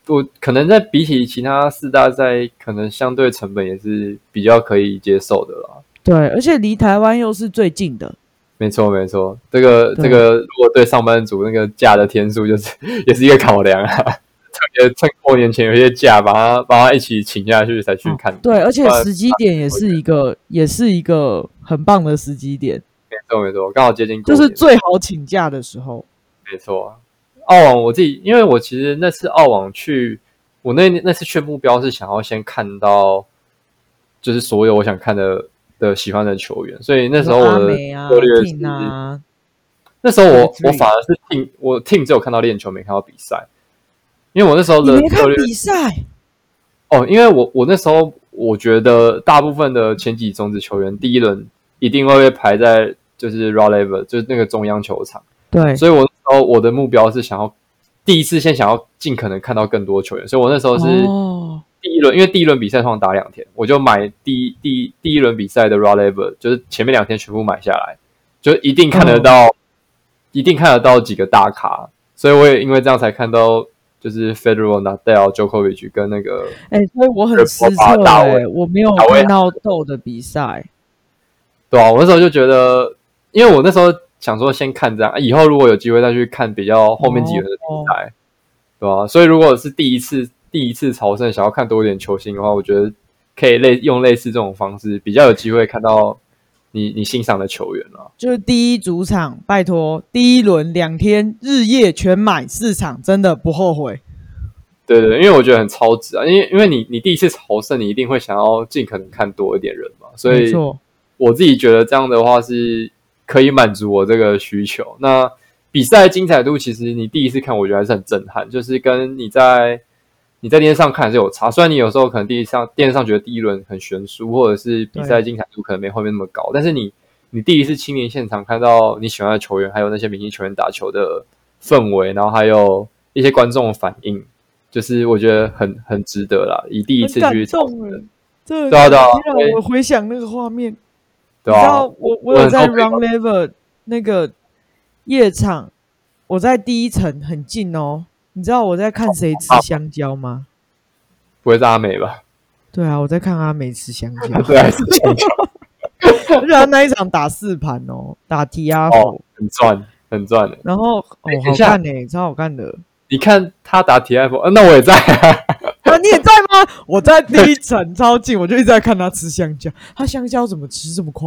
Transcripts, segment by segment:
我可能在比起其他四大赛，可能相对成本也是比较可以接受的啦。 对，而且离台湾又是最近的。 没错没错，这个如果对上班族那个假的天数，就是也是一个考量啊。特别趁过年前有一些假，把它一起请下去才去看。 对，而且时机点也是一个很棒的时机点。 没错没错，刚好接近过年， 就是最好请假的时候。 没错。澳网我自己，因为我其实那次澳网去，我那次去目标是想要先看到，就是所有我想看的喜欢的球员，所以那时候我的策略是，那时候我反而是我只有看到练球，没看到比赛，因为我那时候的策略， 你没看比赛哦，因为我那时候我觉得大部分的前几种子球员第一轮一定会被排在就是 Rod Laver， 就是那个中央球场， 对， 所以我那时候我的目标是想要第一次先想要尽可能看到更多球员，所以我那时候是第一轮，因为第一轮比赛通常打2天，我就买第一轮比赛的 Rod Laver， 就是前面2天全部买下来，就一定看得到，一定看得到几个大咖，所以我也因为这样才看到就是 Federer、Nadal、Djokovic 跟那个， 所以我很失策我没有看到豆的比赛， 对啊，我那时候就觉得，因为我那时候想说先看这样，以后如果有机会再去看比较后面几轮的比赛，对吧？所以如果是第一次朝圣，想要看多一点球星的话，我觉得可以用类似这种方式，比较有机会看到你欣赏的球员啦。 就是第一主场，拜托，第一轮2天日夜全买4场，真的不后悔。 对对，因为我觉得很超值啊，因为你第一次朝圣，你一定会想要尽可能看多一点人嘛，所以我自己觉得这样的话是可以满足我这个需求。那比赛的精彩度，其实你第一次看，我觉得还是很震撼，就是跟你在电视上看还是有差。虽然你有时候可能电视上觉得第一轮很悬殊，或者是比赛的精彩度可能没后面那么高，但是你第一次亲临现场看到你喜欢的球员，还有那些明星球员打球的氛围，然后还有一些观众的反应，就是我觉得很值得啦。以第一次去朝圣，对啊， 我回想那个画面， 对啊， 你知道我有在 Run Lever 那个夜场，我在第一层很近哦。你知道我在看谁吃香蕉吗？ 不会是阿美吧？ 对啊，我在看阿美吃香蕉。 对，还是香蕉。 而且他那一场打4盘哦，打提阿佛， 很赚的。 然后好看欸，超好看的。 你看他打提阿佛，那我也在啊，你也在吗？我在第一层超近，我就一直在看他吃香蕉。他香蕉怎么吃这么快？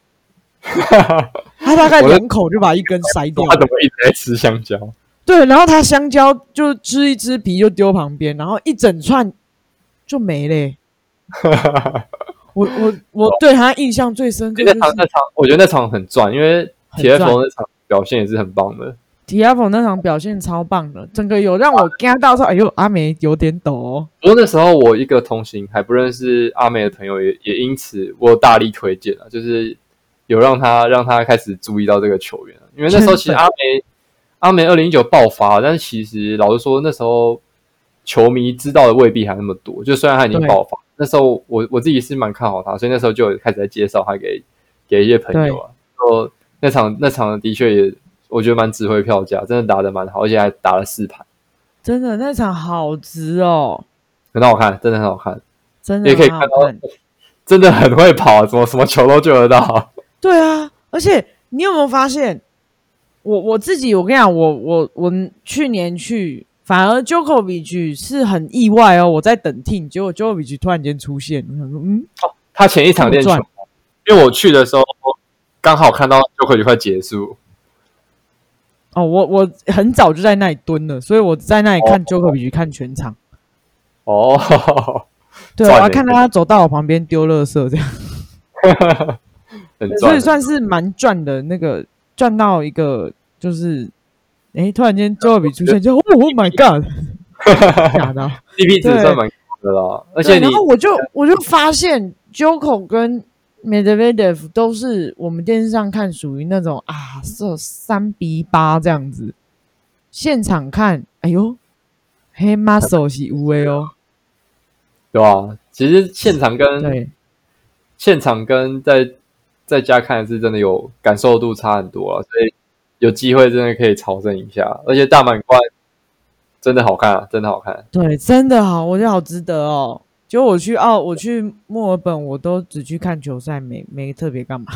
他大概2口就把一根塞掉。 他怎么一直在吃香蕉？ 对，然后他香蕉就吃一吃皮就丢旁边，然后一整串就没嘞。我对他印象最深刻、就是， 那场我觉得那场很赚，因为提阿佛那场表现也是很棒的。 提阿佛那场表现超棒的，整个有让我惊到说，哎呦，阿美有点抖哦。 不过那时候我一个同行还不认识阿美的朋友也因此我有大力推荐了，就是有让他开始注意到这个球员，因为那时候其实阿美2019爆发，但是其实老实说那时候球迷知道的未必还那么多，就虽然他已经爆发，那时候我自己是蛮看好他，所以那时候就开始在介绍他给一些朋友啊。说那场的确也我觉得蛮值回票价，真的打得蛮好，而且还打了4盘， 真的那场好值哦， 很好看，真的很好看， 真的也可以看到真的很会跑，什么球都救得到。 对啊，而且你有没有发现，我自己我跟你讲，我去年去。反而 Djokovic 是很意外哦，我在等 team， 结果 Djokovic 突然间出现，我想说， 他前一场练球，因为我去的时候刚好看到 Djokovic 快结束。 哦，我很早就在那里蹲了，所以我在那里看 Djokovic 看全场。 哦， 对，我还看到他走到我旁边丢垃圾这样，所以算是蛮赚的，那个赚到一个就是。突然间 Djokovic 出现就 Oh my God 假的 CP 值算蛮高的啦，而且然后我就发现 Djokovic 跟 Medvedev 都是我们电视上看属于那种3-8这样子，现场看哎呦黑 muscle 是有的哦， 对吧？其实现场跟在家看是真的有感受度差很多啊，所以有机会真的可以朝圣一下，而且大满贯真的好看啊，真的好看。 对，真的好，我觉得好值得哦。就我去墨尔本，我都只去看球赛，没特别干嘛。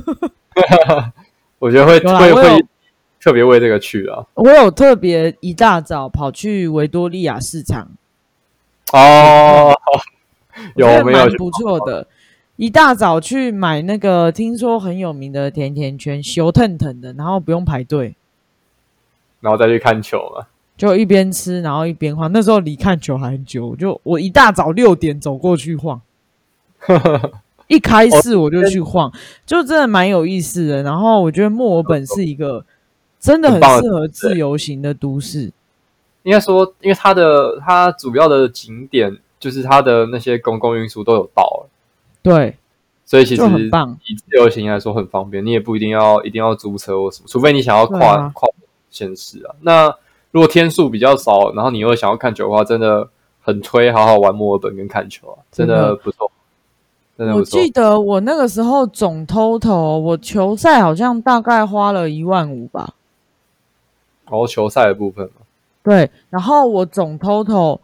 我觉得会特别为这个去啊。 我有特别一大早跑去维多利亚市场。 哦，有没有？ 蛮不错的。一大早去买那个听说很有名的甜甜圈，油腾腾的，然后不用排队， 然后再去看球嘛。 就一边吃，然后一边晃。那时候离看球还很久，我一大早6点走过去晃，一开始我就去晃，就真的蛮有意思的。然后我觉得墨尔本是一个真的很适合自由行的都市。 应该说，因为它主要的景点就是它的那些公共运输都有到了， 对， 所以其实很棒。 以自由行来说很方便，你也不一定要租车或什么，除非你想要跨县市啊。那如果天数比较少，然后你又想要看球的话，真的很推好好玩墨尔本跟看球啊，真的不错。 我记得我那个时候总 total 我球赛好像大概花了15000吧。 哦，球赛的部分嘛。 对，然后我总 total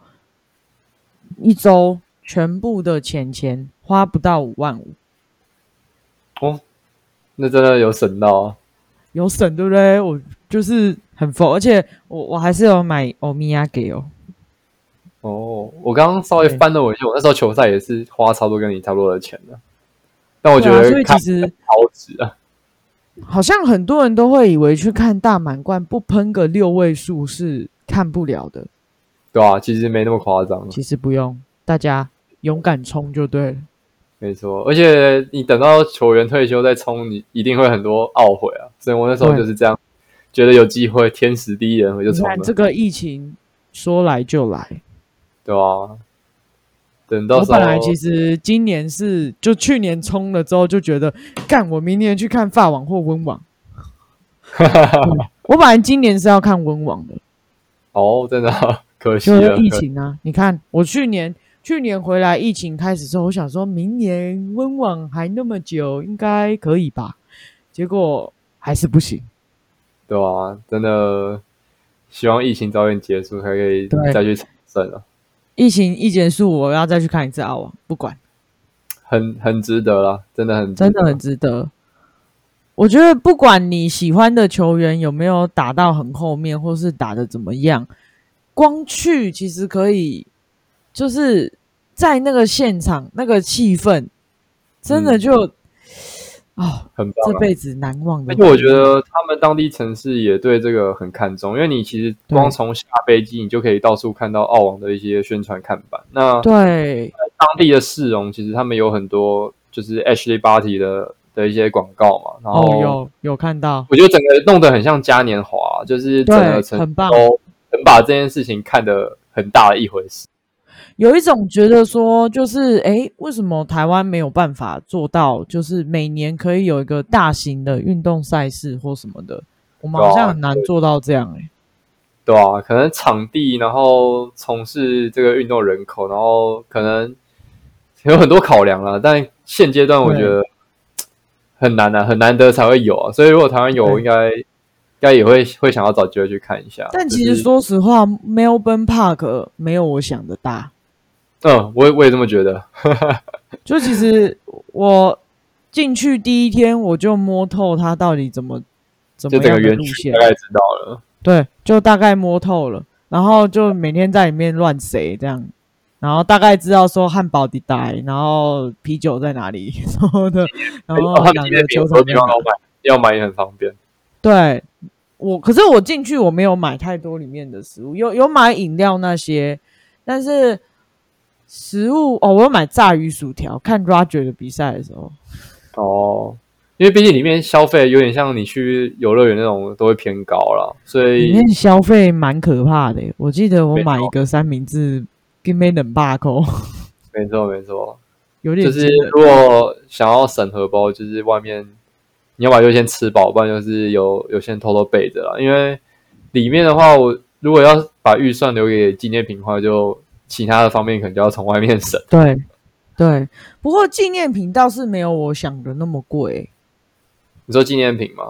1周全部的钱花不到55000。 哦，那真的有省到啊。 有省对不对？我就是很疯，而且我还是有买欧米亚给哦。 哦，我刚刚稍微翻了我一下，我那时候球赛也是花差不多跟你差不多的钱的，但我觉得所以其实超值啊。 好像很多人都会以为去看大满贯不喷个6位数是看不了的， 对啊，其实没那么夸张。 其实不用，大家勇敢冲就对了。 没错，而且你等到球员退休再冲，你一定会很多懊悔啊。所以我那时候就是这样，觉得有机会，天时地利人和就冲了。 你看这个疫情说来就来， 对啊。等到时候我本来其实今年就去年冲了之后就觉得，干我明年去看法网或温网。我本来今年是要看温网的。 哦，真的可惜了。 就是疫情啊，你看我去年回来，疫情开始之后，我想说明年温网还那么久，应该可以吧？结果还是不行。 对啊，真的希望疫情早点结束，才可以再去朝圣了。 疫情一结束，我要再去看一次澳网，不管。 很值得啦，真的很值得。 我觉得不管你喜欢的球员有没有打到很后面，或是打得怎么样，光去其实可以，就是在那个现场那个气氛，真的就很棒， 这辈子难忘的。 而且我觉得他们当地城市也对这个很看重，因为你其实光从下飞机，你就可以到处看到澳网的一些宣传看板。那对当地的市容，其实他们有很多就是 Ashley Barty 的一些广告嘛，然后有看到， 我觉得整个弄得很像嘉年华，就是整个城市都很把这件事情看得很大的一回事。 有一种觉得说，就是为什么台湾没有办法做到，就是每年可以有一个大型的运动赛事或什么的，我们好像很难做到这样对啊，可能场地，然后从事这个运动人口，然后可能有很多考量啦，但现阶段我觉得很难啊，很难得才会有啊，所以如果台湾有，应该也会想要找机会去看一下。 但其实说实话 ，Melbourne Park 没有我想的大。 我也这么觉得。 就其实我进去第一天，我就摸透它到底怎么样的路线， 大概知道了。 对，就大概摸透了，然后就每天在里面乱塞这样，然后大概知道说汉堡地带，然后啤酒在哪里什么的，然后两个球场地方要买也很方便。 对，可是我进去我没有买太多里面的食物，有买饮料那些，但是食物我有买炸鱼薯条，看 Roger 的比赛的时候。 因为毕竟里面消费有点像你去游乐园那种，都会偏高啦，所以里面消费蛮可怕的。我记得我买一个三明治，给没2百块。 没错， 有点就是如果想要省荷包，就是外面你要么就先吃饱，不然就是有些人偷偷备着啦。因为里面的话，我如果要把预算留给纪念品的话，就其他的方面可能就要从外面省。 对，不过纪念品倒是没有我想的那么贵。 你说纪念品吗？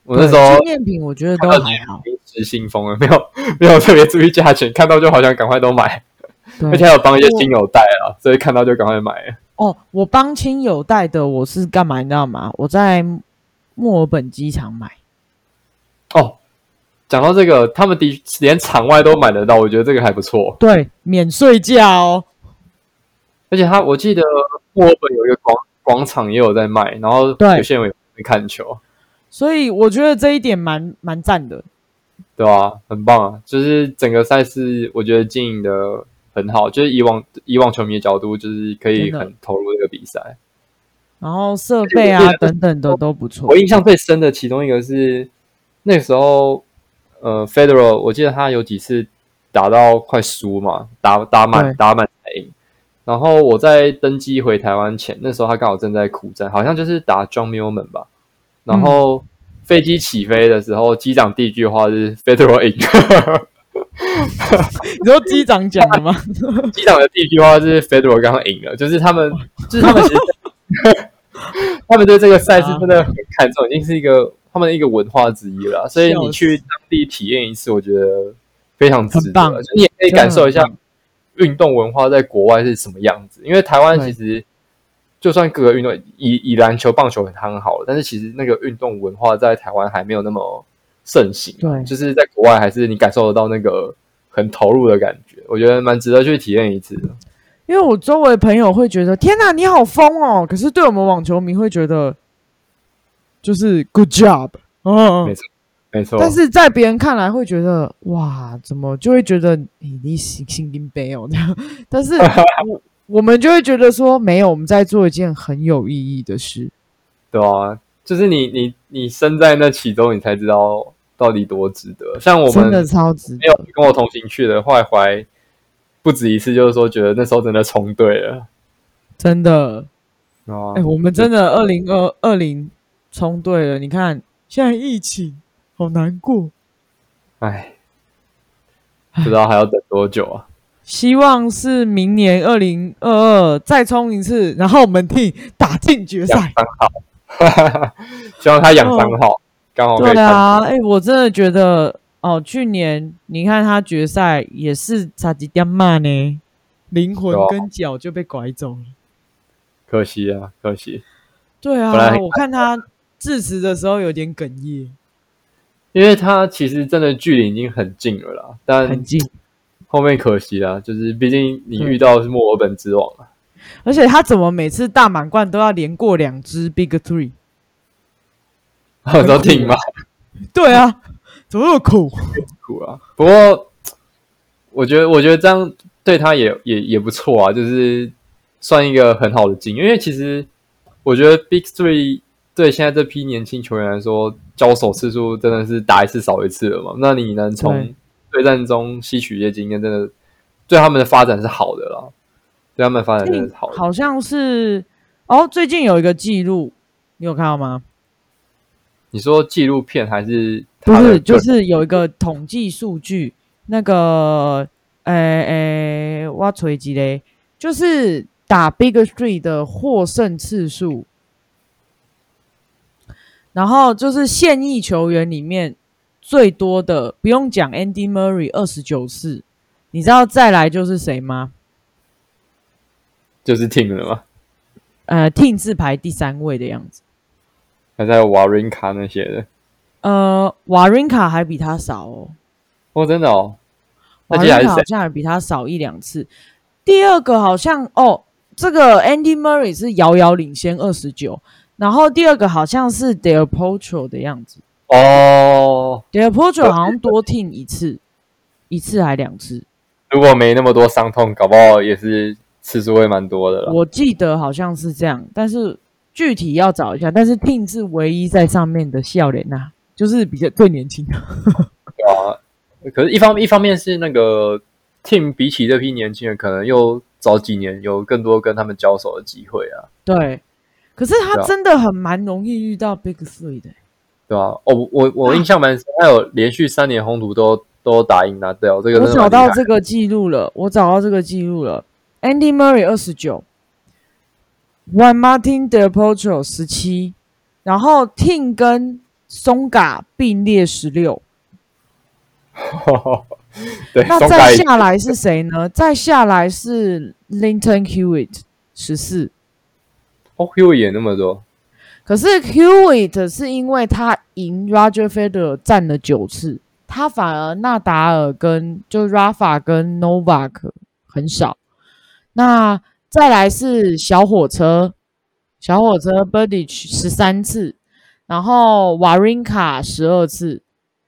我那时候纪念品我觉得都还好， 失心疯了，没有特别注意价钱，看到就好像赶快都买，而且还有帮一些亲友带啊，所以看到就赶快买了。 哦，我帮亲友带的我是干嘛你知道吗？我在墨尔本机场买。 哦，讲到这个，他们连场外都买得到，我觉得这个还不错。 对，免税价哦。 而且我记得墨尔本有一个广场也有在卖，然后有些人也会看球， 所以我觉得这一点蛮赞的， 对啊，很棒啊！就是整个赛事，我觉得经营的很好，就是以往球迷的角度，就是可以很投入这个比赛， 然后设备啊等等的都不错。 我印象最深的其中一个是那个时候，Federer 我记得他有几次打到快输嘛，打满才赢。然后我在登机回台湾前，那时候他刚好正在苦战，好像就是打 John Millman 吧。然后飞机起飞的时候，机长第一句话是 Federer 赢。 你说机长讲的吗？ 机长的第一句话是 Federer 刚刚赢了，就是他们其实他们对这个赛事真的很看重，已经是一个他们的一个文化之一了。所以你去当地体验一次，我觉得非常值得。你也可以感受一下运动文化在国外是什么样子，因为台湾其实就算各个运动以篮球、棒球很好了，但是其实那个运动文化在台湾还没有那么盛行。对，就是在国外还是你感受得到那个很投入的感觉，我觉得蛮值得去体验一次的。 因为我周围朋友会觉得天哪，你好疯哦！可是对我们网球迷会觉得就是 good job， 没错。 但是在别人看来会觉得哇，怎么就会觉得你心经悲哦这样？但是我们就会觉得说没有，我们在做一件很有意义的事。 对啊，就是你身在那其中，你才知道到底多值得。像我们真的超值得， 没有跟我同行去的，后来怀不止一次，就是说觉得那时候真的冲对了， 真的。我们真的2020冲对了。你看现在疫情。好难过， 不知道还要等多久啊？ 希望是明年2022再冲一次，然后我们替打进决赛。 希望他养伤好，刚好可以看。 对啊，我真的觉得去年你看他决赛也是差几点慢呢，灵魂跟脚就被拐走了， 可惜啊，可惜。 对啊，我看他致辞的时候有点哽咽。 因为他其实真的距离已经很近了啦，但很近， 后面可惜啦，就是毕竟你遇到的是墨尔本之王啊， 而且他怎么每次大满贯都要连过2支 Big Three， 都挺吗？ 对啊，怎么那么苦啊？不过我觉得这样对他也不错啊，就是算一个很好的经验，因为其实我觉得 Big Three。对现在这批年轻球员来说，交手次数真的是打一次少一次了嘛？那你能从对战中吸取一些经验，真的对他们的发展是好的啦。对他们的发展真的是好的。 好像是最近有一个记录，你有看到吗？ 你说纪录片还是不是？就是有一个统计数据，那个我锤击嘞，就是打 Big Three 的获胜次数。然后就是现役球员里面最多的，不用讲 Andy Murray 29次，你知道再来就是谁吗？ 就是 Tim 了吗 ？Tim 是排第3位的样子， 还在Wawrinka那些的。 Wawrinka 还比他少哦。 真的哦。 Wawrinka 好像还比他少1-2次。第二个好像这个 Andy Murray 是遥遥领先29。然后第二个好像是 Del Potro 的样子Del Potro 好像多听1次还2次。 如果没那么多伤痛，搞不好也是次数会蛮多的了。 我记得好像是这样，但是具体要找一下。但是 Tim 是唯一在上面的笑脸呐，就是比较最年轻的。 对啊，可是一方面是那个 Tim 比起这批年轻人，可能又早几年有更多跟他们交手的机会啊。 对。可是他真的蛮容易遇到 Big Three 的， 对啊，我印象蛮深，他有连续3年红土都打赢拿掉，这个我找到这个记录了，Andy Murray 29， Juan Martín del Potro 17，然后 Tim 跟松嘎并列16。 对， 那再下来是谁呢？再下来是 Linton Hewitt 14。 哦 ，Hewitt 也那么多。 可是 Hewitt 是因为他赢 Roger Federer 占了9次，他反而纳达尔跟就 Rafa 跟 Novak 很少。那再来是小火车 Berdych 13次，然后 Wawrinka 12次。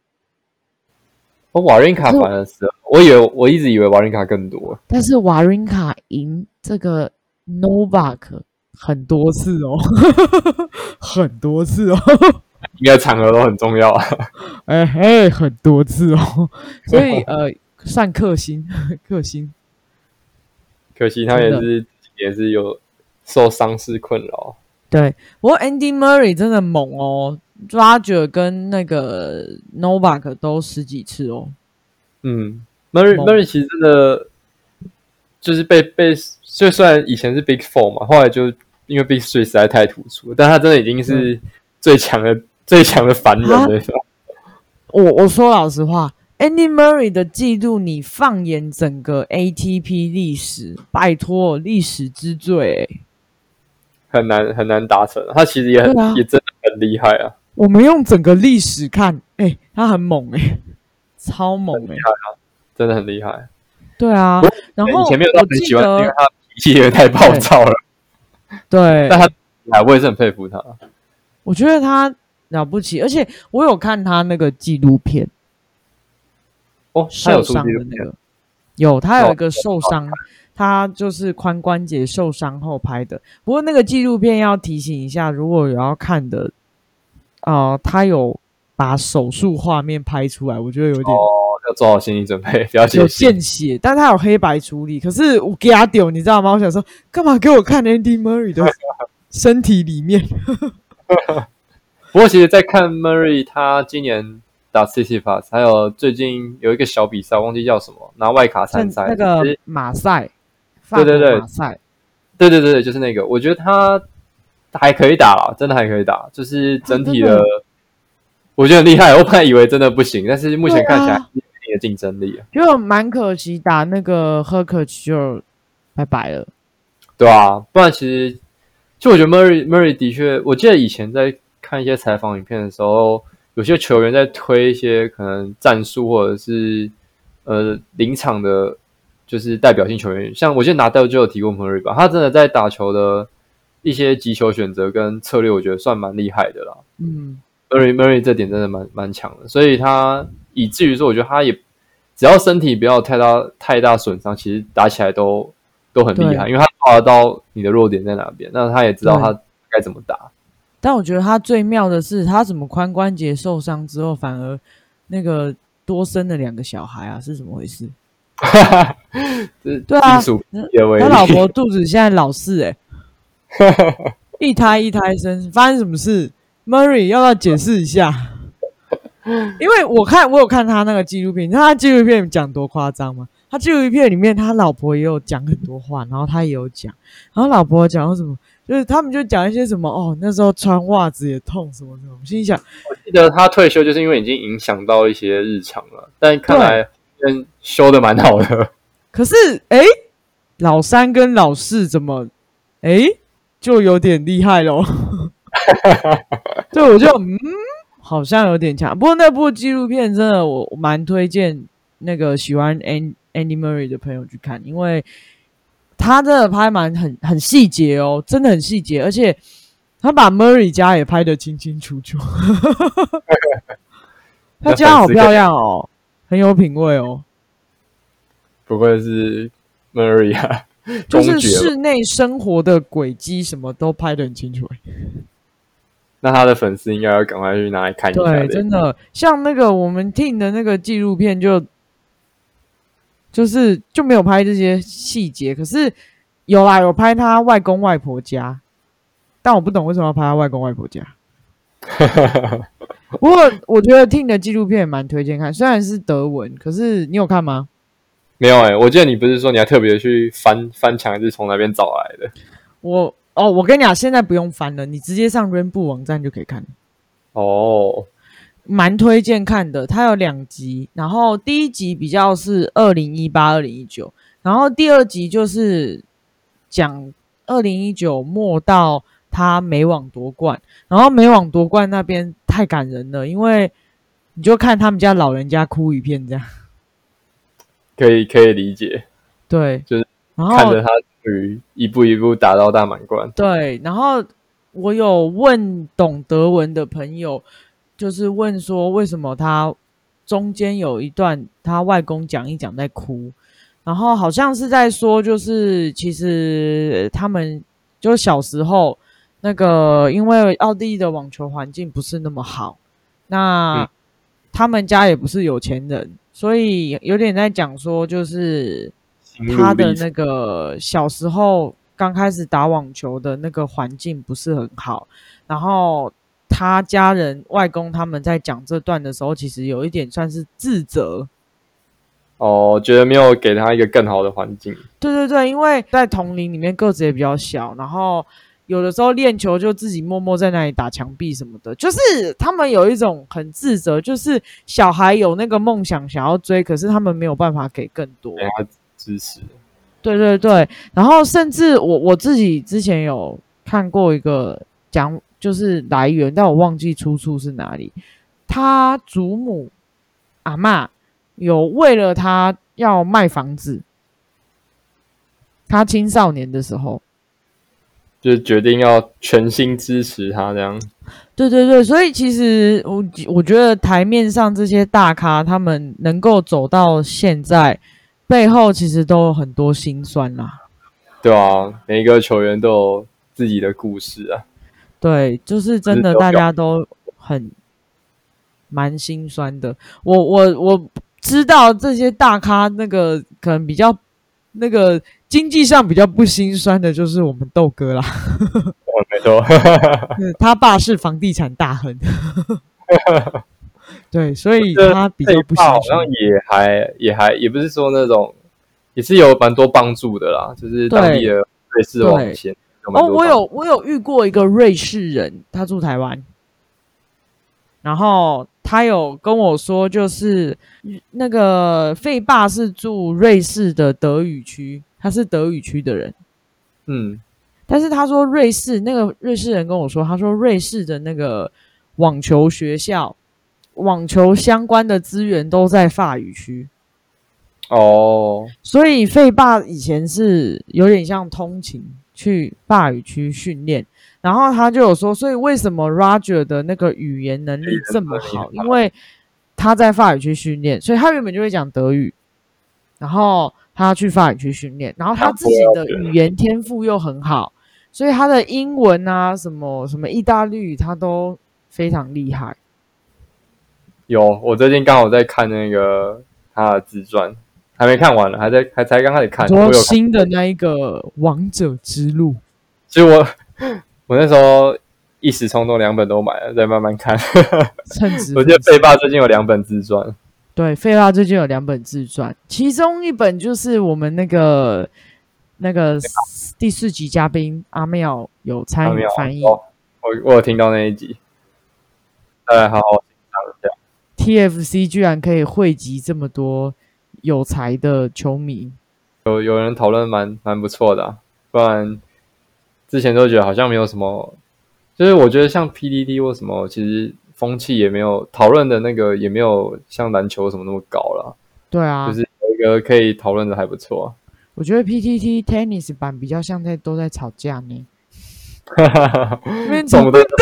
Wawrinka 反而是，我一直以为 Wawrinka 更多， 但是 Wawrinka 赢这个 Novak 很多次哦，很多次哦， 应该场合都很重要啊。 很多次哦，所以算克星， 可惜他也是有受伤势困扰。 对，不过 Andy Murray 真的猛哦。Roger 跟那个 Novak 都10几次哦。 Murray 其实真的就是被就虽然以前是 Big Four 嘛，后来就因为 Big Three 实在太突出了，但他真的已经是最强的凡人了。 我说老实话 ，Andy Murray 的记录，你放眼整个 ATP 历史，拜托历史之最很难达成。他其实也真的很厉害啊。 我们用整个历史看，他很猛超猛厉害啊，真的很厉害。 对啊，然后以前没有到很喜欢，因为他脾气有点太暴躁了。 对， 但我也是很佩服他。 我觉得他了不起，而且我有看他那个纪录片。 他有出纪录片？ 他有一个受伤，他就是髋关节受伤后拍的。不过那个纪录片要提醒一下，如果有要看的。他有把手术画面拍出来，我觉得有点要做好心理准备，不要有见血，但他有黑白处理。可是我给他丢，你知道吗？我想说，干嘛给我看 Andy Murray 的身体里面？ 不过其实，在看 Murray 他今年打 Tsitsipas， 还有最近有一个小比赛，忘记叫什么，拿外卡参赛那个马赛， 对， 马赛， 对，就是那个，我觉得他还可以打啦，真的还可以打，就是整体的，我觉得很厉害。我本来以为真的不行，但是目前看起来有一定的竞争力， 就蛮可惜，打那个 Hurkacz 就拜拜了。 对啊，不然其实就我觉得 Murray 的确，我记得以前在看一些采访影片的时候，有些球员在推一些可能战术或者是临场的，就是代表性球员，像我记得拿掉就有提过 Murray 吧，他真的在打球的一些击球选择跟策略，我觉得算蛮厉害的啦。Murray 这点真的蛮强的，所以他以至于说，我觉得他也只要身体不要太大损伤，其实打起来都很厉害，因为他抓得到你的弱点在哪边，那他也知道他该怎么打。 但我觉得他最妙的是，他怎么髋关节受伤之后，反而那个多生了2个小孩啊，是怎么回事？ 对啊， 他老婆肚子现在老4一胎生，发生什么事 ？Murray 要不要解释一下？因为我有看他那个纪录片，你知道他纪录片讲多夸张吗？他纪录片里面他老婆也有讲很多话，然后他也有讲，然后老婆讲到什么，就是他们就讲一些什么那时候穿袜子也痛什么什么。我心想， 我记得他退休就是因为已经影响到一些日常了，但看来修的蛮好的。 可是老3跟老4怎么就有点厉害咯。对，我就好像有点强。不过那部纪录片真的我蛮推荐那个喜欢 Andy Murray 的朋友去看，因为他真的拍很细节哦，真的很细节，而且他把 Murray 家也拍得清清楚楚。他家好漂亮哦，很有品味哦。 不愧是 Murray 啊， 就是室内生活的轨迹什么都拍得很清楚。 那他的粉丝应该要赶快去拿来看一下。 对，真的，像那个我们听的那个纪录片就没有拍这些细节，可是有拍他外公外婆家，但我不懂为什么要拍他外公外婆家。不过我觉得听的纪录片也蛮推荐看，虽然是德文，可是你有看吗？ 没有我记得你不是说你还特别去翻墙，还是从那边找来的？ 我跟你讲，现在不用翻了，你直接上 Rainbow 网站就可以看。 哦， 蛮推荐看的。它有2集，然后第一集比较是2018、2019，然后第2集就是讲2019末到他美网夺冠，然后美网夺冠那边太感人了，因为你就看他们家老人家哭一片这样。 可以理解， 对， 就是看着他一步一步打到大满贯。 对，然后我有问懂德文的朋友，就是问说为什么他中间有一段他外公讲一讲在哭，然后好像是在说，就是其实他们就小时候那个，因为奥地利的网球环境不是那么好，那他们家也不是有钱人，所以有点在讲说，就是他的那个小时候刚开始打网球的那个环境不是很好，然后他家人外公他们在讲这段的时候，其实有一点算是自责。 哦，觉得没有给他一个更好的环境。 对对对，因为在同龄里面个子也比较小，然后有的时候练球就自己默默在那里打墙壁什么的，就是他们有一种很自责，就是小孩有那个梦想想要追，可是他们没有办法给更多， 给他支持。 对对对，然后甚至我自己之前有看过一个讲，就是来源，但我忘记出处是哪里。他祖母阿嬷有为了他要卖房子，他青少年的时候就是决定要全心支持他这样。 对对对，所以其实我觉得台面上这些大咖他们能够走到现在，背后其实都有很多辛酸啦。 对啊，每一个球员都有自己的故事啊。 对，就是真的大家都蛮心酸的。我知道这些大咖那个可能比较那个经济上比较不心酸的，就是我们豆哥啦。 没错， 他爸是房地产大亨。对，所以他比较不心酸。 好像也不是说那种，也是有蛮多帮助的啦，就是当地的瑞士网线。 我有遇过一个瑞士人，他住台湾，然后他有跟我说，就是那个费爸是住瑞士的德语区，他是德语区的人，但是他说那个瑞士人跟我说，他说瑞士的那个网球学校，网球相关的资源都在法语区。 哦， 所以费爸以前是有点像通勤去法语区训练，然后他就有说，所以为什么 Roger 的那个语言能力这么好？因为他在法语区训练，所以他原本就会讲德语，然后他去法语区训练，然后他自己的语言天赋又很好，所以他的英文啊，什么什么意大利语，他都非常厉害。 有，我最近刚好在看那个他的自传。还没看完了，还才刚开始看。 说新的那一个《王者之路》， 其实我那时候一时冲动2本都买了，再慢慢看。我记得费爸最近有2本自传。 对，费爸最近有2本自传，其中一本就是我们那个第4集嘉宾阿妙有参与翻译。 我有听到那一集，再来好好欣赏一下。 TFC 居然可以汇集这么多有才的球迷， 有人讨论蛮不错的不然之前都觉得好像没有什么，就是我觉得像 PTT 或什么，其实风气也没有讨论的那个也没有像篮球什么那么高啦。 对啊， 就是有一个可以讨论的还不错我觉得 PTT Tennis 版比较像都在吵架呢。我们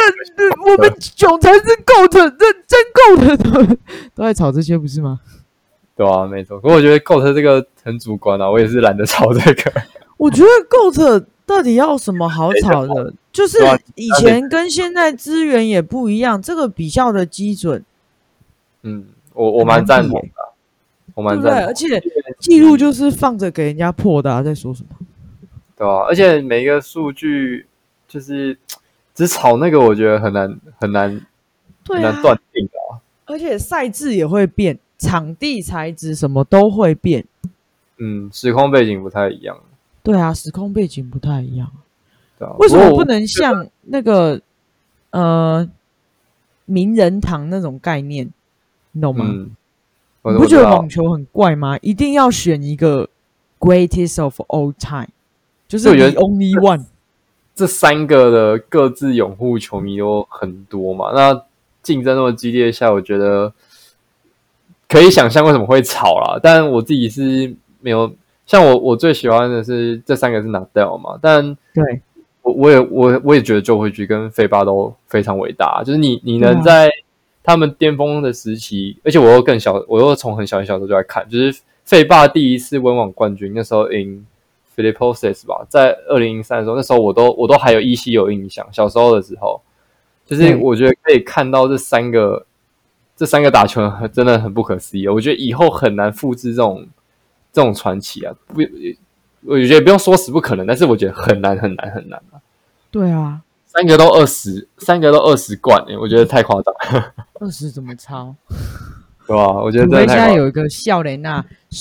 9才是GOAT，真GOAT，都在吵这些不是吗？ 对啊，没错。可我觉得 GOAT 这个很主观我也是懒得吵这个。 我觉得 GOAT 到底要什么好吵的？就是以前跟现在资源也不一样，这个比较的基准， 我蛮赞同的，我蛮赞同。 而且记录就是放着给人家破的在说什么？ 对啊，而且每一个数据就是只炒那个，我觉得很难断定而且赛制也会变。场地材质什么都会变， 时空背景不太一样。 对啊，时空背景不太一样。 对啊， 为什么不能像那个名人堂那种概念，你懂吗？你不觉得网球很怪吗？一定要选一个 greatest of all time， 就是 the only one。 这3个的各自拥护球迷都很多嘛，那竞争那么激烈下，我觉得可以想象为什么会吵啦。但我自己是没有，像我最喜欢的是这3个是 Nadal 嘛，但对我也觉得就会去跟费巴都非常伟大，就是你能在他们巅峰的时期，而且我又从很小的时候就在看，就是费巴第一次温网冠军，那时候赢 Philippoussis 吧，在2003的时候，那时候我都还依稀有印象，小时候的时候，就是我觉得可以看到这三个打球真的很不可思议，我觉得以后很难复制这种传奇啊，我觉得不用说死不可能，但是我觉得很难啊。 对啊 ，3个都20冠我觉得太夸张了。 20怎么超？ 对吧？我觉得真的太夸张了。 现在有一个笑雷纳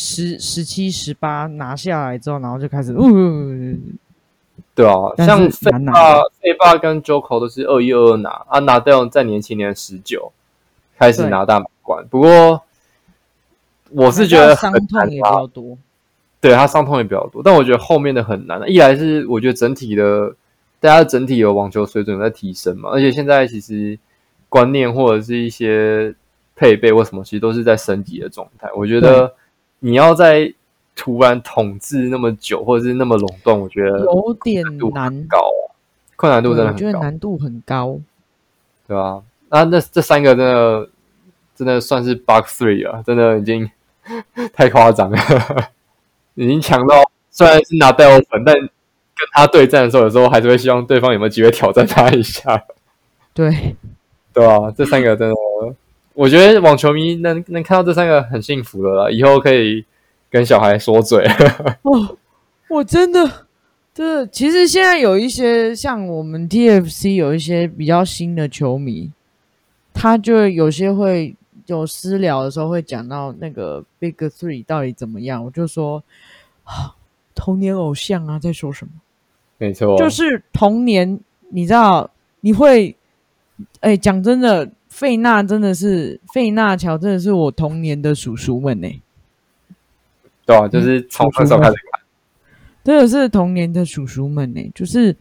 17、18拿下来之后，然后就开始对啊，像费巴跟 Djokovic 都是21、22拿，啊，Nadal 在年轻年19开始拿大满贯。不过我是觉得伤痛也比较多， 对他伤痛也比较多，但我觉得后面的很难。一来是我觉得大家整体有网球水准在提升嘛，而且现在其实观念或者是一些配备或什么，其实都是在升级的状态。我觉得你要在突然统治那么久，或者是那么垄断，我觉得有点难， 高啊，困难度真的很高， 我觉得难度很高， 对吧？那这3个真的算是 box 3了，真的已经太夸张了，已经强到虽然是拿戴欧粉，但跟他对战的时候，有时候还是会希望对方有没有机会挑战他一下。 对吧？这3个真的，我觉得网球迷能看到这3个很幸福的啦，以后可以跟小孩说嘴。 我真的，其实现在有一些像我们 TFC 有一些比较新的球迷，他就有些会有私聊的时候会讲到那个 Big Three 到底怎么样，我就说童年偶像啊，在说什么？ 没错， 就是童年，你知道，你会，讲真的，费纳乔真的是我童年的叔叔们呢。 对啊，就是从那时候开始看， 真的是童年的叔叔们呢，就是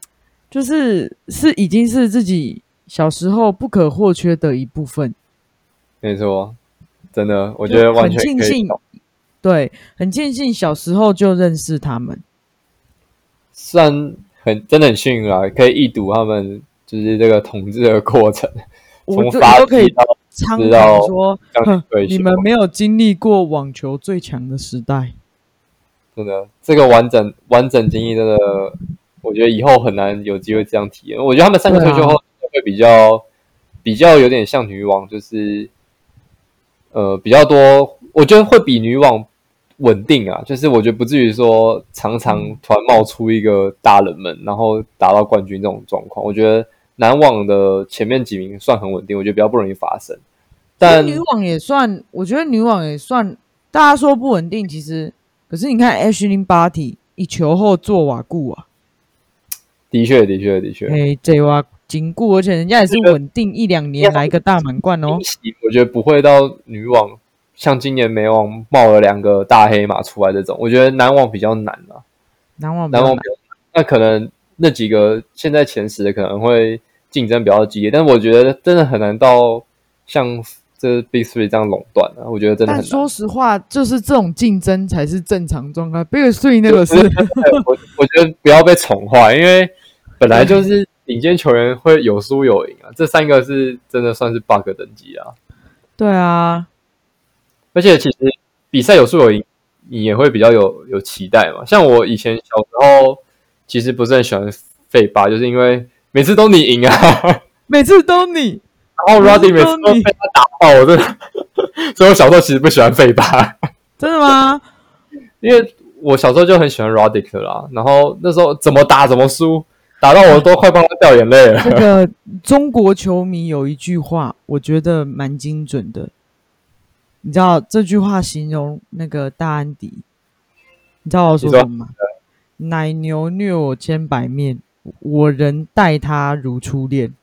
已经是自己小时候不可或缺的一部分。 没错，真的，我觉得完全可以。 对，很庆幸小时候就认识他们， 算真的很幸运啊，可以一睹他们就是这个统治的过程，从发迹到参考说，你们没有经历过网球最强的时代， 真的，这个完整经历真的，我觉得以后很难有机会这样体验。我觉得他们3个退休后会比较有点像女网，就是比较多，我觉得会比女网稳定啊，就是我觉得不至于说常常突然冒出一个大冷门，然后打到冠军这种状况。我觉得男网的前面几名算很稳定，我觉得比较不容易发生。但女网也算，我觉得女网也算，大家说不稳定，其实可是你看 Ashley Barty 一球后做瓦固啊， 的确， 这瓦紧固，而且人家也是稳定1-2年来个大满贯哦。 我觉得不会到女网。像今年美网冒了2个大黑马出来这种，我觉得男网比较难啊。 男网比较难， 那可能那几个现在前10的可能会竞争比较激烈，但是我觉得真的很难到像这 Big 3这样垄断啊。我觉得真的很难。 但说实话，就是这种竞争才是正常状态。Big 3那个是， 我觉得不要被宠坏，因为本来就是顶尖球员会有输有赢啊。这3个是真的算是 bug 等级啊。 对啊。 而且其实比赛有输有赢，你也会比较有期待嘛。像我以前小时候，其实不是很喜欢费巴，就是因为每次都你赢啊， 每次都你， 然后 Roddy 每次都被他打爆，我真的，所以我小时候其实不喜欢费巴。 真的吗？ 因为我小时候就很喜欢 Roddick 啦，然后那时候怎么打怎么输，打到我都快帮他掉眼泪了。 那个中国球迷有一句话，我觉得蛮精准的。你知道这句话形容那个大安迪，你知道我说什么吗？奶牛虐我千百面，我仍待他如初恋。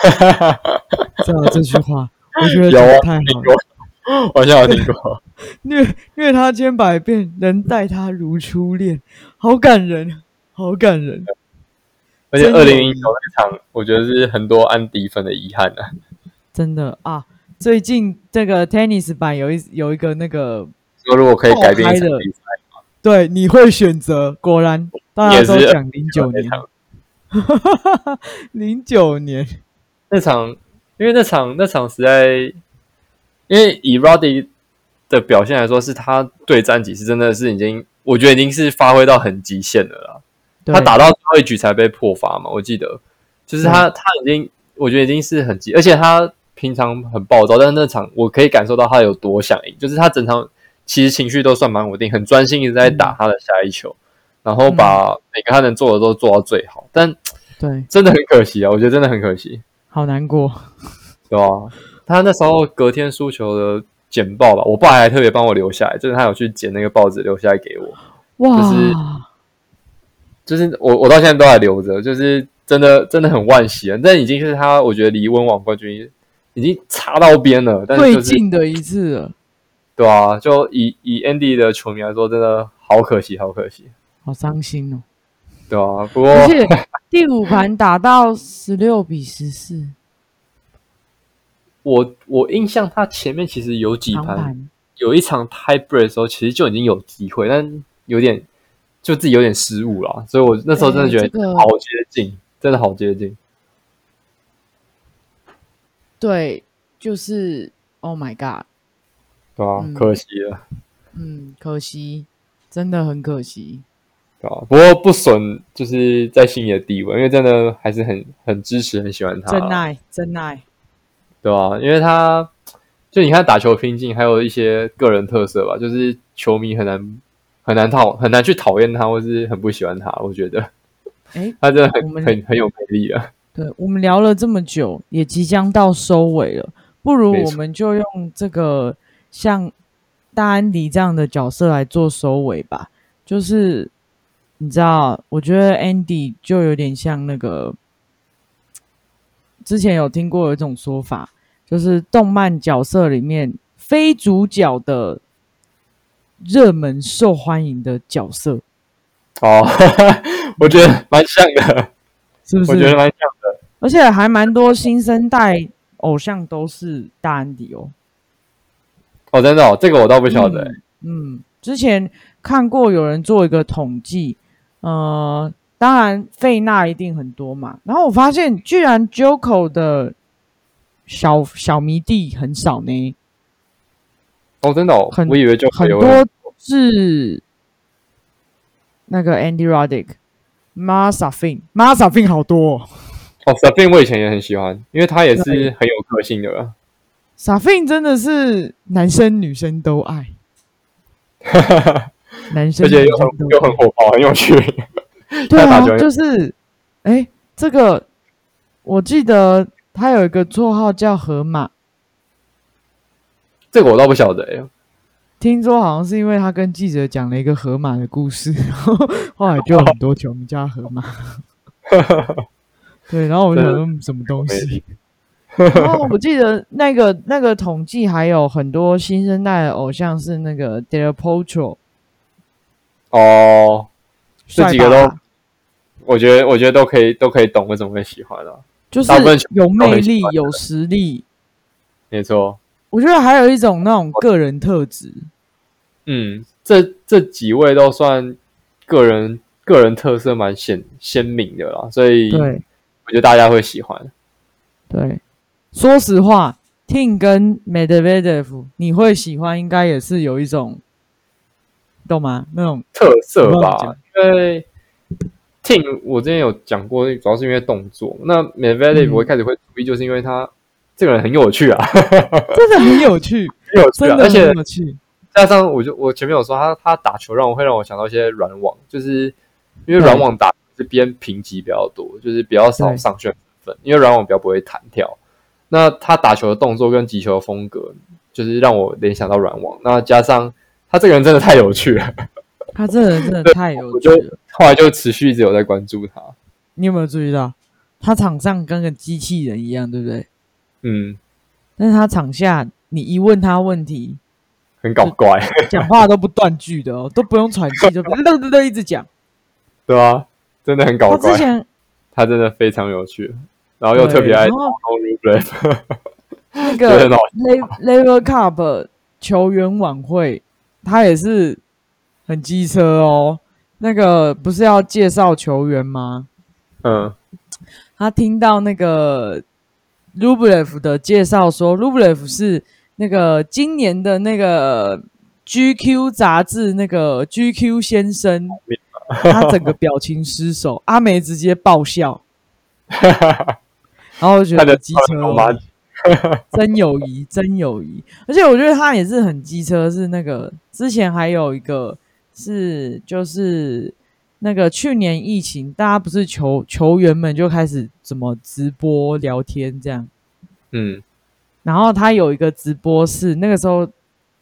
这句话，我觉得太好了。 好像有听过。 虐他千百遍，能待他如初恋，好感人，好感人。 而且2019那场，我觉得是很多安迪粉的遗憾啊。 真的啊，最近这个 tennis 版有一个那个说如果可以改变一场比赛嘛， 对，你会选择？果然大家都讲09年。09年那场，因为那场实在，因为以 Roddy 的表现来说，是他对战几次真的是我觉得已经是发挥到很极限了啦。他打到最后一局才被破发嘛，我记得，就是他已经，我觉得已经是很急，而且他平常很暴躁，但是那场我可以感受到他有多想赢，就是他整场其实情绪都算蛮稳定，很专心一直在打他的下一球，然后把每个他能做的都做到最好，但对， 真的很可惜啊，我觉得真的很可惜， 好难过， 对吧？他那时候隔天输球的简报吧，我爸还特别帮我留下来，就是他有去剪那个报纸留下来给我， 哇， 就是我到现在都还留着，就是真的很惋惜啊！但已经是他，我觉得离温网冠军已经差到边了，但是最近的一次了， 对啊，就以 Andy 的球迷来说，真的好可惜，好可惜， 好伤心哦。 对啊，不过而且第5盘打到16-14， 我印象他前面其实有几盘有一场 tie break 的时候，其实就已经有机会，但有点就自己有点失误啦，所以我那时候真的觉得好接近，真的好接近。 对，就是 Oh my God， 对啊，可惜了。 可惜，真的很可惜。 对啊，不过不损就是在心里的地位，因为真的还是很支持、很喜欢他。 真爱， 对吧？因为他就你看打球拼劲，还有一些个人特色吧，就是球迷很难去讨厌他，或是很不喜欢他。我觉得，他真的很有魅力啊。 对，我们聊了这么久，也即将到收尾了，不如我们就用这个像大安迪这样的角色来做收尾吧。就是你知道，我觉得 Andy 就有点像那个，之前有听过有一种说法，就是动漫角色里面非主角的热门受欢迎的角色。 哦，我觉得蛮像的， 是不是？ 我觉得蛮像的， 而且还蛮多新生代偶像都是大安迪哦。 哦，真的哦，这个我倒不晓得。 之前看过有人做一个统计，当然费纳一定很多嘛。然后我发现居然 Joko 的小迷弟很少呢。 哦，真的哦，我以为就很多是那个 Andy Roddick、Masafin 好多哦。 Safin 我以前也很喜欢，因为他也是很有个性的了。 Safin 真的是男生女生都爱，男生而且又很火爆，很有趣。 对啊，就是这个我记得他有一个绰号叫河马， 这个我倒不晓得听说好像是因为他跟记者讲了一个河马的故事，然后后来就很多球迷叫他河马。对，然后我就想说什么东西。然后我记得那个统计还有很多新生代的偶像是那个 Del Potro。 哦，这几个都，我觉得都可以懂为什么会喜欢啊， 就是有魅力、有实力。 没错， 我觉得还有一种那种个人特质。 这几位都算个人特色蛮鲜明的啦，所以我觉得大家会喜欢。 对，说实话 ，Tim 跟 Medvedev 你会喜欢，应该也是有一种，懂吗？那种特色吧。因为 Tim 我之前有讲过，主要是因为动作。那 Medvedev 我一开始会注意，就是因为他这个人很有趣啊， 真的很有趣， 真的很有趣。加上我前面有说他打球会让我想到一些软网，就是因为软网打是偏平击比较多，就是比较少上旋分，因为软网比较不会弹跳。那他打球的动作跟击球的风格，就是让我联想到软网。那加上他这个人真的太有趣了， 他这个人真的太有趣了。 后来就持续一直有在关注他。 你有没有注意到他场上跟个机器人一样，对不对？ 嗯， 但是他场下你一问他问题， 很搞怪， 讲话都不断句的哦，都不用喘气，就一直讲。 对啊，真的很搞怪。 他之前他真的非常有趣，然后又特别爱操控 Rublev。 那个 Lever Cup 球员晚会，他也是很机车哦。那个不是要介绍球员吗？嗯，他听到那个 Rublev 的介绍说 ，Rublev 是那个今年的那个 GQ 杂志那个 GQ 先生，他整个表情失守，阿梅直接爆笑，然后我觉得机车。真友谊，真友谊，而且我觉得他也是很机车，是那个之前还有一个是就是那个去年疫情，大家不是球员们就开始怎么直播聊天这样，然后他有一个直播是那个时候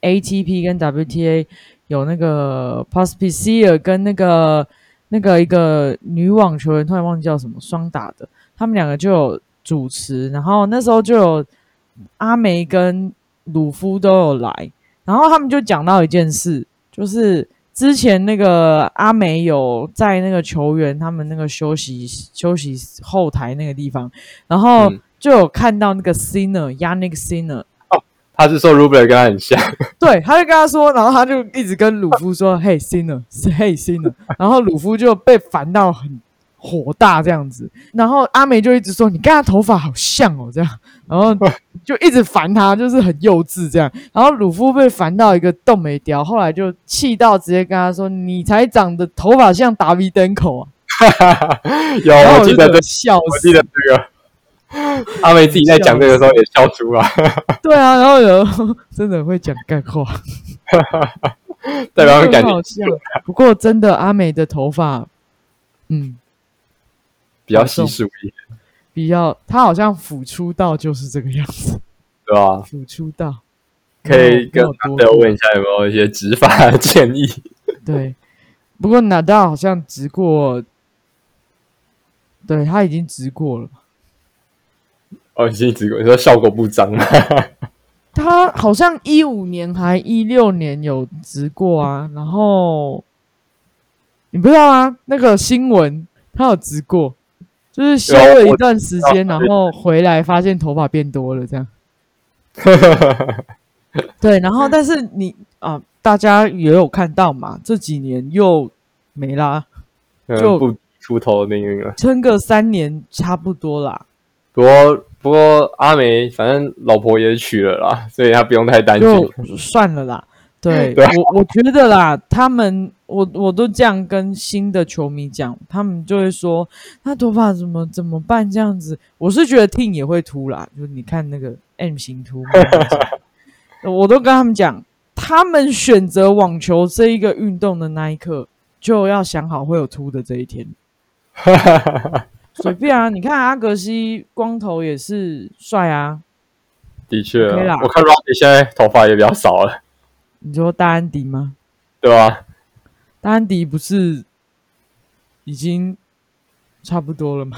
ATP 跟 WTA 有那个 Pospisil 跟那个一个女网球员，突然忘记叫什么双打的，他们两个就有主持，然后那时候就有阿梅跟鲁夫都有来，然后他们就讲到一件事，就是之前那个阿梅有在那个球员他们那个休息后台那个地方，然后就有看到那个 Yannick Sinner。 他是说 Rublev 跟他很像， 对，他就跟他说，然后他就一直跟鲁夫说，Hey Sinner，Hey Sinner，然后鲁夫就被烦到很火大这样子，然后阿梅就一直说你跟他头发好像哦这样，然后就一直烦他，就是很幼稚这样，然后鲁夫被烦到一个动没掉，后来就气到直接跟他说你才长得头发像达维登口啊， 有我记得这笑死， 我记得这个。阿梅自己在讲这个时候也笑出来。 对啊，然后有真的会讲干话， 代表很感觉。不过真的阿梅的头发， 比较稀疏一点， 比较他好像辅出道就是这个样子， 对吧？ 辅出道可以跟纳达尔问一下有没有一些植发的建议？ 对，不过纳达尔好像植过，对他已经植过了。 哦，已经植过，你说效果不彰吗？ 他好像15年还16年有植过啊，然后你不知道吗？那个新闻他有植过，就是休了一段时间，然后回来发现头发变多了这样。对，然后但是你大家也有看到嘛，这几年又没啦， 就不出头的命运了， 撑个3年差不多啦。 不过阿梅反正老婆也娶了啦，所以他不用太担心， 就算了啦。对，我觉得啦，他们我都这样跟新的球迷讲，他们就会说他头发怎么办这样子。我是觉得 Ting 也会秃啦，就是你看那个 M 型秃，我都跟他们讲，他们选择网球这一个运动的那一刻，就要想好会有秃的这一天。随便啊，你看阿格西光头也是帅啊。 的确、啊 okay，我看 Rocky 现在头发也比较少了。 你说大安迪吗？ 对啊， 大安迪不是已经差不多了吗？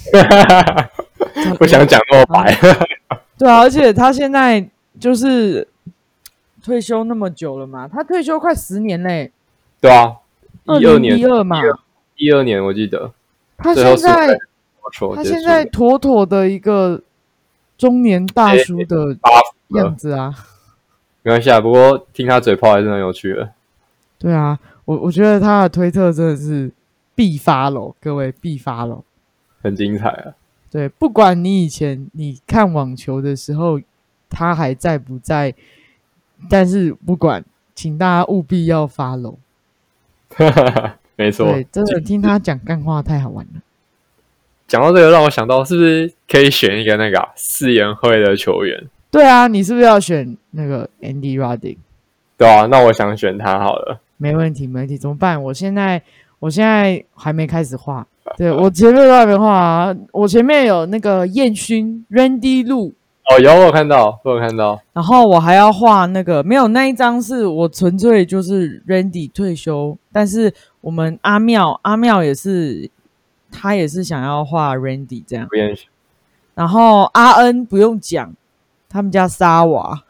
不想讲那么白。 对啊，而且他现在就是退休那么久了嘛，他退休快10年嘞。 对啊，12年 ，2012嘛 ，12年我记得。 他现在妥妥的一个中年大叔的样子啊。 没关系啊，不过听他嘴炮还是很有趣的。 对啊，我觉得他的推特真的是必follow，各位必follow， 很精彩啊。 对，不管你以前你看网球的时候他还在不在，但是不管，请大家务必要 follow。 没错， 对，真的听他讲干话太好玩了。 讲到这个，让我想到是不是可以选一个那个世联会的球员？ 对啊，你是不是要选那个 Andy Roddick？ 对啊，那我想选他好了。 没问题，没问题。怎么办？我现在还没开始画，对我前面都还没画啊。我前面有那个燕勋 Randy Lu。 哦，有我有看到。 然后我还要画那个，没有那一张是我纯粹就是 Randy 退休，但是我们阿妙也是他也是想要画 Randy 这样。然后阿恩不用讲，他们家沙娃，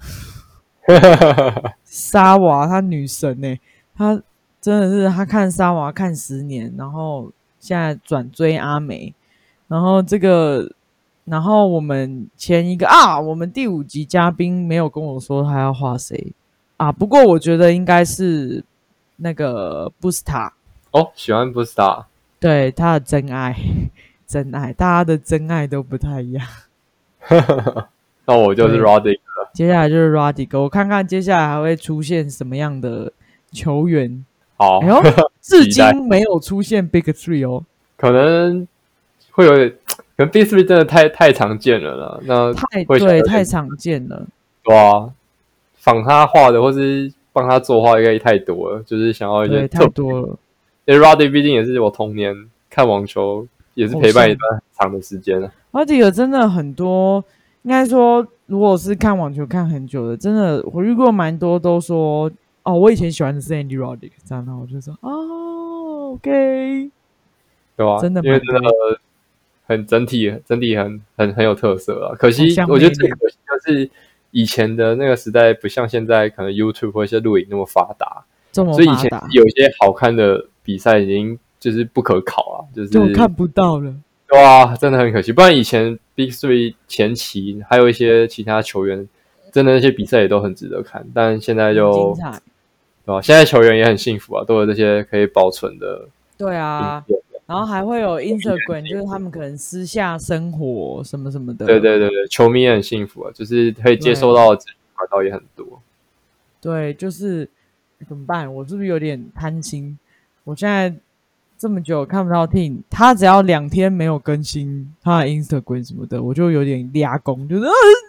沙娃她女神欸，她真的是她看沙娃看10年，然后现在转追阿梅，然后我们前一个我们第5集嘉宾没有跟我说他要画谁啊，不过我觉得应该是那个 Busta 喜欢 Busta， 对，他的真爱，大家的真爱都不太一样。 那我就是 Roddick 了。 接下来就是 Roddick， 我看看接下来还会出现什么样的球员。 好， 至今没有出现 Big Three 哦， 可能会有点，可能 Big Three 真的太常见了啦。那太常见了。 对啊，仿他画的或是帮他作画应该太多了，就是想要一些太多了。 因为 Roddick 毕竟也是我童年看网球也是陪伴一段很长的时间了。 Roddick 真的很多，应该说如果是看网球看很久的，真的我遇过蛮多都说我以前喜欢的是 Andy Roddick， 这样，然后我就说OK， 对吧？真的，因为真的很整体很有特色啊。可惜，我觉得最可惜就是以前的那个时代不像现在，可能 YouTube 或一些录影那么发达，所以以前有一些好看的比赛已经就是不可考啊，就看不到了。 哇，真的很可惜。不然以前 Big Three 前期还有一些其他球员，真的那些比赛也都很值得看。但现在就，对吧？现在球员也很幸福啊，都有这些可以保存的。 对啊，然后还会有 Instagram， 就是他们可能私下生活什么什么的。 对，球迷也很幸福啊，就是可以接收到的管道也很多。 对，就是怎么办？我是不是有点贪心？我现在这么久看不到 Tim， 他只要2天没有更新他的 Instagram 什么的，我就有点俩公，就是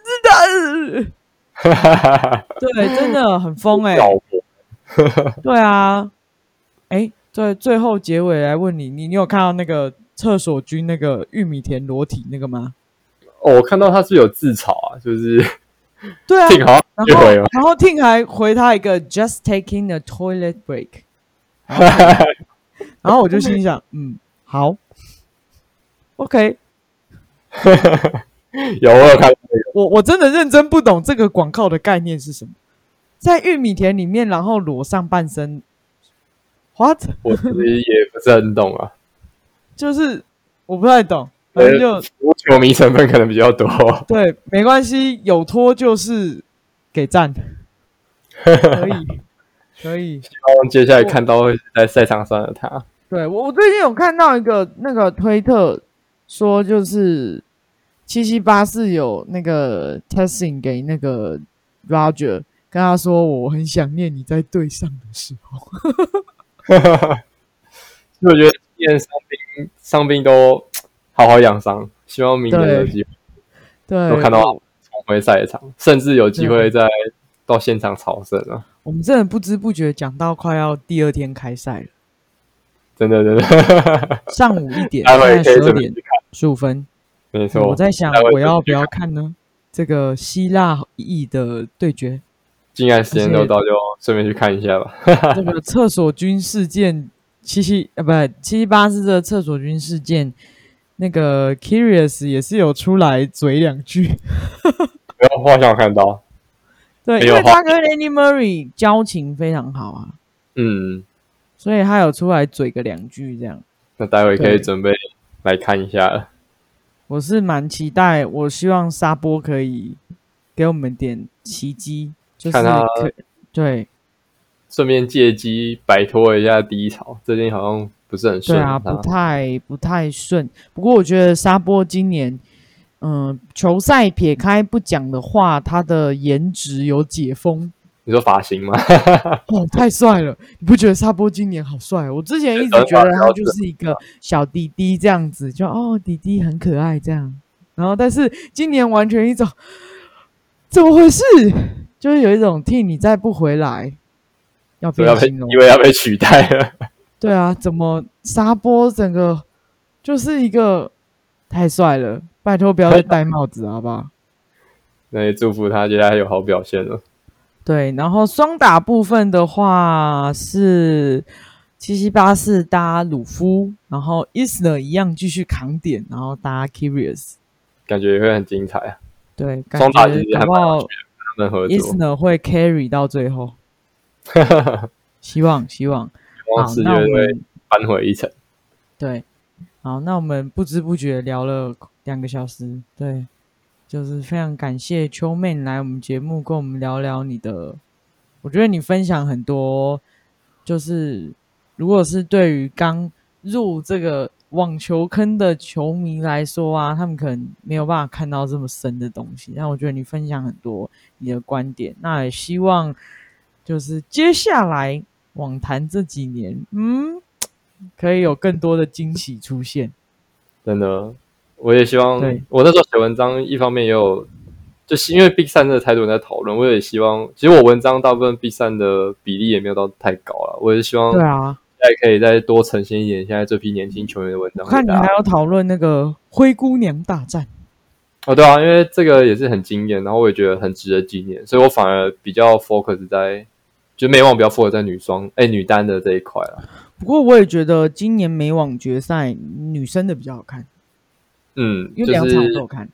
对，真的很疯对啊，最后结尾来问你，你有看到那个厕所君那个玉米田裸体那个吗？ 我看到他是有自嘲啊，就是对啊， Tim 好像然后 Tim 还回他一个 just taking a toilet break， 然后我就心想，好 ，OK， 有我有看到我真的认真不懂这个广告的概念是什么，在玉米田里面，然后裸上半身。What？ 我其实也不是很懂啊， 就是我不太懂，反正就球迷成分可能比较多。 对，没关系，有拖就是给赞，可以。 希望接下来看到会是在赛场上的他。 对，我最近有看到一个那个推特说，就是7784有那个 testing 给那个 Roger， 跟他说我很想念你在队上的时候。 所以我觉得今年伤兵都好好养伤，希望明年有机会都看到重回赛场，甚至有机会再到现场朝圣啊！ 我们真的不知不觉讲到快要第2天开赛了， 真的上午1点，现在12点15分， 没错。 我在想我要不要看呢？这个希腊裔的对决。 既然时间都到，就顺便去看一下吧。 这个厕所军事件7784的厕所军事件，那个 Curious 也是有出来嘴2句。 没有画像看到。 对，因为他跟 Andy Murray 交情非常好啊。所以他有出来嘴个2句这样。 那待会可以准备来看一下了。 我是蛮期待，我希望沙波可以给我们点奇迹。就是看他对， 顺便借机摆脱一下低潮，最近好像不是很顺。 对啊，不太顺。不过我觉得沙波今年，球赛撇开不讲的话，他的颜值有解封。 你说发型吗？ 太帅了！你不觉得沙波今年好帅？我之前一直觉得他就是一个小弟弟这样子，就弟弟很可爱这样。然后但是今年完全一种怎么回事？就是有一种替你再不回来，要变形容， 以为要被取代了。 对啊，怎么沙波整个就是一个太帅了，拜托不要再戴帽子好不好？ 那也祝福他接下来有好表现了。 对，然后双打部分的话是 7784搭鲁夫，然后 Isner 一样继续扛点，然后搭 Curious， 感觉也会很精彩啊。 对，感觉搞不好 Isner 会 carry 到最后。希望好，那我们扳回一城。 对，好，那我们不知不觉聊了2个小时，对，就是非常感谢秋妹来我们节目跟我们聊聊你的，我觉得你分享很多，就是如果是对于刚入这个网球坑的球迷来说啊，他们可能没有办法看到这么深的东西，但我觉得你分享很多你的观点，那也希望就是接下来网坛这几年，可以有更多的惊喜出现。 真的，我也希望。我那时候写文章，一方面也有，就是因为 Big 3的太多人在讨论，我也希望，其实我文章大部分 Big 3的比例也没有到太高了，我也希望，对啊，现在可以再多呈现一点现在这批年轻球员的文章。 我看你还要讨论那个灰姑娘大战。 对啊，因为这个也是很惊艳，然后我也觉得很值得纪念，所以我反而比较 focus 在，就美网比较 focus 在女单的这一块啦。 不过我也觉得今年美网决赛女生的比较好看，因为2场都有看，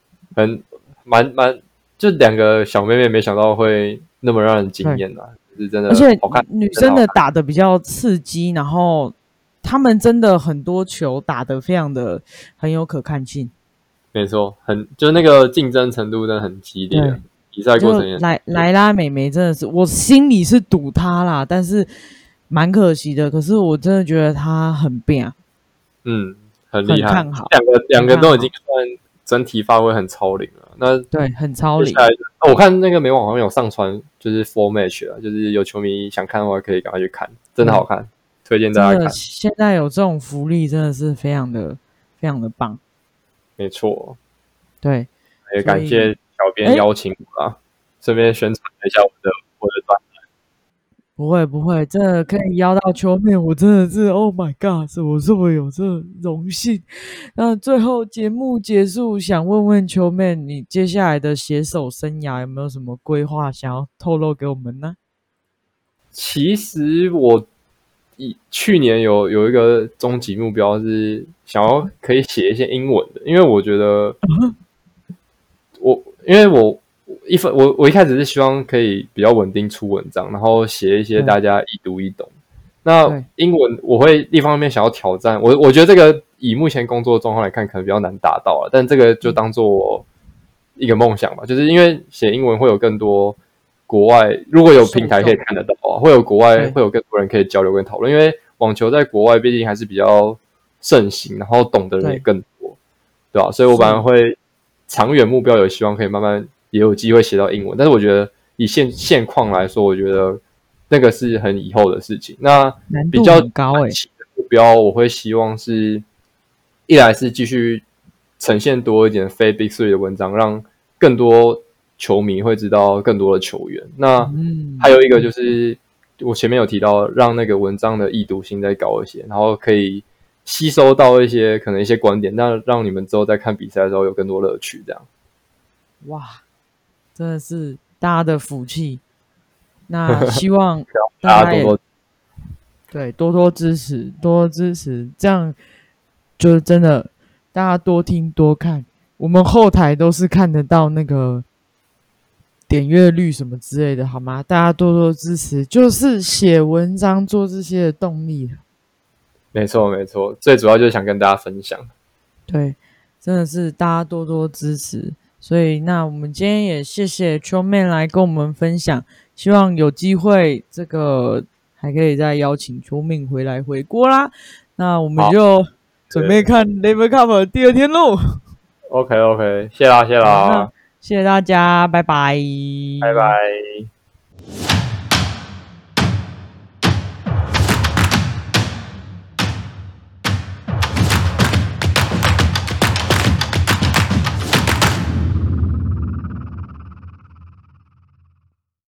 就2个小妹妹，没想到会那么让人惊艳啊，就是真的好看。 而且女生的打的比较刺激，然后她们真的很多球打得非常的很有可看性。 没错，就是那个竞争程度真的很激烈，比赛过程也莱拉美眉真的是，我心里是赌她啦，但是蛮可惜的。可是我真的觉得她很棒， 很厉害， 很看好。 两个都已经算整体发挥很超龄了。那对，很超龄。 我看那个美网好像有上传，就是 full match 了，就是有球迷想看的话，可以赶快去看，真的好看，推荐大家看。 现在有这种福利，真的是非常的棒。 没错， 对， 也感谢小编邀请我啦，顺便宣传一下我的专栏。 不会，真的可以邀到秋妹，我真的是 Oh my God， 我这么有这荣幸。那最后节目结束，想问问秋妹，你接下来的写手生涯有没有什么规划想要透露给我们呢？ 其实我去年有一个终极目标是想要可以写一些英文的，因为我觉得我一开始是希望可以比较稳定出文章，然后写一些大家一读一懂。那英文我会一方面想要挑战，我觉得这个以目前工作的状况来看，可能比较难达到了，但这个就当做一个梦想吧，就是因为写英文会有更多国外，如果有平台可以看得到啊，会有国外会有更多人可以交流跟讨论，因为网球在国外毕竟还是比较盛行，然后懂的人也更多，对吧？所以我本来会长远目标有希望可以慢慢也有机会写到英文，但是我觉得以现况来说，我觉得那个是很以后的事情。那比较高的目标，我会希望是一来是继续呈现多一点非 Big 3的文章，让更多球迷会知道更多的球员。那还有一个就是我前面有提到，让那个文章的易读性再高一些，然后可以吸收到可能一些观点，那让你们之后在看比赛的时候有更多乐趣。这样， 哇，真的是大家的福气。那希望大家多多支持，这样就真的大家多听多看。我们后台都是看得到那个点阅率什么之类的，好吗？大家多多支持，就是写文章做这些的动力。 没错，最主要就是想跟大家分享。 对，真的是大家多多支持。所以那我们今天也谢谢秋妹来跟我们分享，希望有机会这个还可以再邀请秋妹回国啦。那我们就准备看 Lever Cup 第2天喽。 OK， 谢啦， 谢谢大家，拜拜， 拜拜。